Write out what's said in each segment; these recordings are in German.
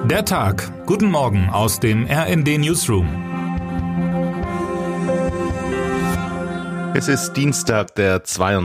Der Tag. Guten Morgen aus dem RND Newsroom. Es ist Dienstag, der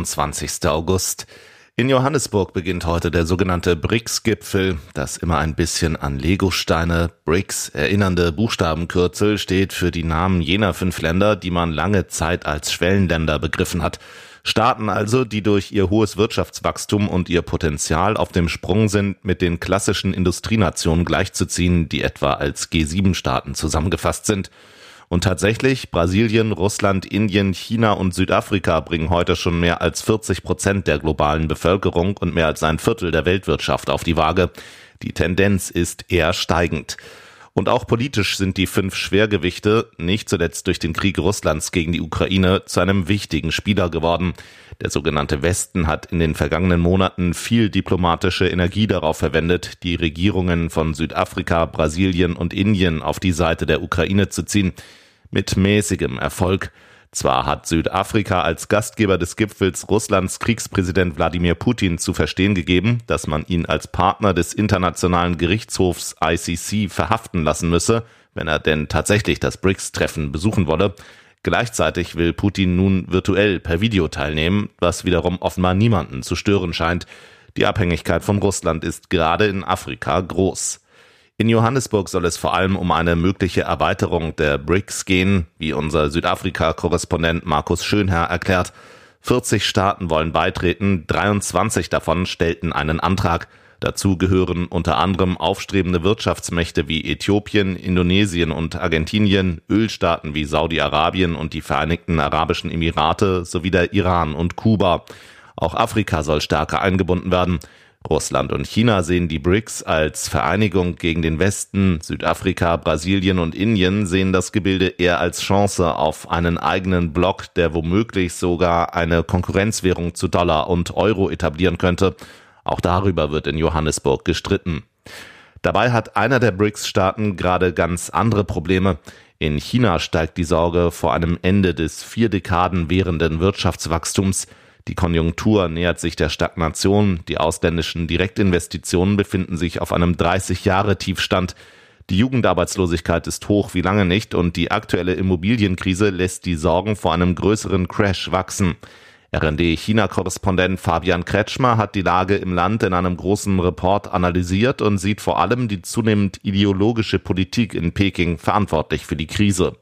22. August. In Johannesburg beginnt heute der sogenannte BRICS-Gipfel. Das immer ein bisschen an Legosteine, BRICS erinnernde Buchstabenkürzel steht für die Namen jener 5 Länder, die man lange Zeit als Schwellenländer begriffen hat. Staaten also, die durch ihr hohes Wirtschaftswachstum und ihr Potenzial auf dem Sprung sind, mit den klassischen Industrienationen gleichzuziehen, die etwa als G7-Staaten zusammengefasst sind. Und tatsächlich, Brasilien, Russland, Indien, China und Südafrika bringen heute schon mehr als 40% der globalen Bevölkerung und mehr als ein Viertel der Weltwirtschaft auf die Waage. Die Tendenz ist eher steigend. Und auch politisch sind die 5 Schwergewichte, nicht zuletzt durch den Krieg Russlands gegen die Ukraine, zu einem wichtigen Spieler geworden. Der sogenannte Westen hat in den vergangenen Monaten viel diplomatische Energie darauf verwendet, die Regierungen von Südafrika, Brasilien und Indien auf die Seite der Ukraine zu ziehen. Mit mäßigem Erfolg. Zwar hat Südafrika als Gastgeber des Gipfels Russlands Kriegspräsident Wladimir Putin zu verstehen gegeben, dass man ihn als Partner des Internationalen Gerichtshofs ICC verhaften lassen müsse, wenn er denn tatsächlich das BRICS-Treffen besuchen wolle. Gleichzeitig will Putin nun virtuell per Video teilnehmen, was wiederum offenbar niemanden zu stören scheint. Die Abhängigkeit von Russland ist gerade in Afrika groß. In Johannesburg soll es vor allem um eine mögliche Erweiterung der BRICS gehen, wie unser Südafrika-Korrespondent Markus Schönherr erklärt. 40 Staaten wollen beitreten, 23 davon stellten einen Antrag. Dazu gehören unter anderem aufstrebende Wirtschaftsmächte wie Äthiopien, Indonesien und Argentinien, Ölstaaten wie Saudi-Arabien und die Vereinigten Arabischen Emirate sowie der Iran und Kuba. Auch Afrika soll stärker eingebunden werden. Russland und China sehen die BRICS als Vereinigung gegen den Westen. Südafrika, Brasilien und Indien sehen das Gebilde eher als Chance auf einen eigenen Block, der womöglich sogar eine Konkurrenzwährung zu Dollar und Euro etablieren könnte. Auch darüber wird in Johannesburg gestritten. Dabei hat einer der BRICS-Staaten gerade ganz andere Probleme. In China steigt die Sorge vor einem Ende des 4 Dekaden währenden Wirtschaftswachstums. Die Konjunktur nähert sich der Stagnation, die ausländischen Direktinvestitionen befinden sich auf einem 30-Jahre-Tiefstand. Die Jugendarbeitslosigkeit ist hoch wie lange nicht und die aktuelle Immobilienkrise lässt die Sorgen vor einem größeren Crash wachsen. RND-China-Korrespondent Fabian Kretschmer hat die Lage im Land in einem großen Report analysiert und sieht vor allem die zunehmend ideologische Politik in Peking verantwortlich für die Krise.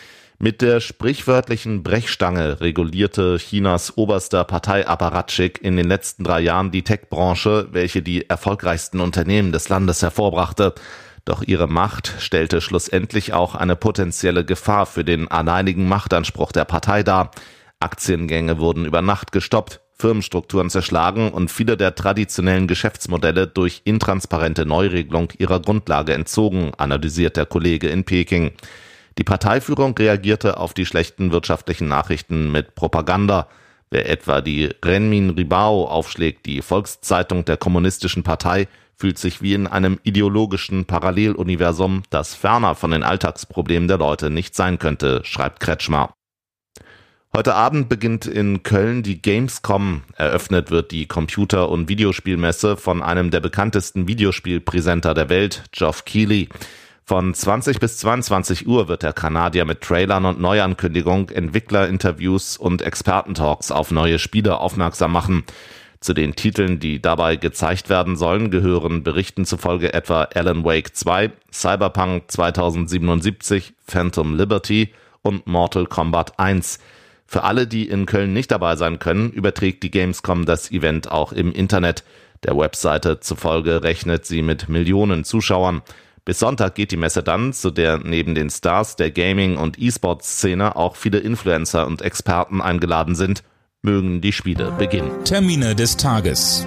Mit der sprichwörtlichen Brechstange regulierte Chinas oberster Parteiapparatschik in den letzten 3 Jahren die Tech-Branche, welche die erfolgreichsten Unternehmen des Landes hervorbrachte. Doch ihre Macht stellte schlussendlich auch eine potenzielle Gefahr für den alleinigen Machtanspruch der Partei dar. Aktiengänge wurden über Nacht gestoppt, Firmenstrukturen zerschlagen und viele der traditionellen Geschäftsmodelle durch intransparente Neuregelung ihrer Grundlage entzogen, analysiert der Kollege in Peking. Die Parteiführung reagierte auf die schlechten wirtschaftlichen Nachrichten mit Propaganda. Wer etwa die Renmin Ribao aufschlägt, die Volkszeitung der Kommunistischen Partei, fühlt sich wie in einem ideologischen Paralleluniversum, das ferner von den Alltagsproblemen der Leute nicht sein könnte, schreibt Kretschmer. Heute Abend beginnt in Köln die Gamescom. Eröffnet wird die Computer- und Videospielmesse von einem der bekanntesten Videospielpräsenter der Welt, Geoff Keighley. Von 20 bis 22 Uhr wird der Kanadier mit Trailern und Neuankündigung, Entwicklerinterviews und Expertentalks auf neue Spiele aufmerksam machen. Zu den Titeln, die dabei gezeigt werden sollen, gehören Berichten zufolge etwa Alan Wake 2, Cyberpunk 2077, Phantom Liberty und Mortal Kombat 1. Für alle, die in Köln nicht dabei sein können, überträgt die Gamescom das Event auch im Internet. Der Webseite zufolge rechnet sie mit Millionen Zuschauern. Bis Sonntag geht die Messe dann, zu der neben den Stars der Gaming- und E-Sport-Szene auch viele Influencer und Experten eingeladen sind. Mögen die Spiele beginnen. Termine des Tages.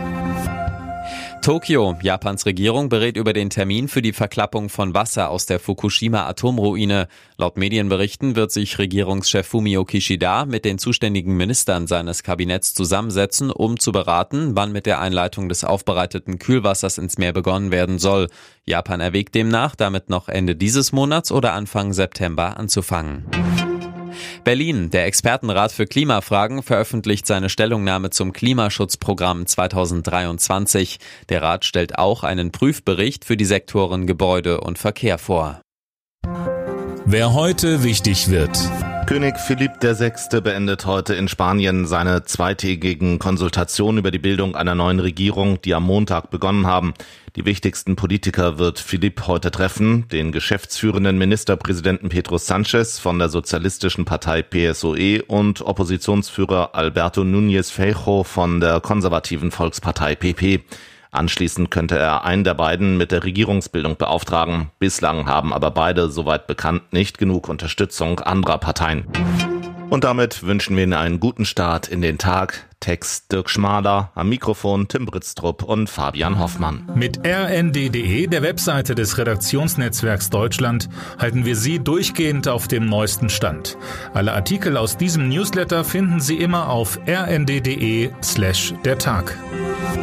Tokio. Japans Regierung berät über den Termin für die Verklappung von Wasser aus der Fukushima-Atomruine. Laut Medienberichten wird sich Regierungschef Fumio Kishida mit den zuständigen Ministern seines Kabinetts zusammensetzen, um zu beraten, wann mit der Einleitung des aufbereiteten Kühlwassers ins Meer begonnen werden soll. Japan erwägt demnach, damit noch Ende dieses Monats oder Anfang September anzufangen. Berlin. Der Expertenrat für Klimafragen veröffentlicht seine Stellungnahme zum Klimaschutzprogramm 2023. Der Rat stellt auch einen Prüfbericht für die Sektoren Gebäude und Verkehr vor. Wer heute wichtig wird. König Philipp VI. Beendet heute in Spanien seine zweitägigen Konsultationen über die Bildung einer neuen Regierung, die am Montag begonnen haben. Die wichtigsten Politiker wird Philipp heute treffen, den geschäftsführenden Ministerpräsidenten Pedro Sánchez von der sozialistischen Partei PSOE und Oppositionsführer Alberto Núñez Feijóo von der konservativen Volkspartei PP. Anschließend könnte er einen der beiden mit der Regierungsbildung beauftragen. Bislang haben aber beide, soweit bekannt, nicht genug Unterstützung anderer Parteien. Und damit wünschen wir Ihnen einen guten Start in den Tag. Text Dirk Schmaler, am Mikrofon Tim Britztrup und Fabian Hoffmann. Mit rnd.de, der Webseite des Redaktionsnetzwerks Deutschland, halten wir Sie durchgehend auf dem neuesten Stand. Alle Artikel aus diesem Newsletter finden Sie immer auf rnd.de/dertag.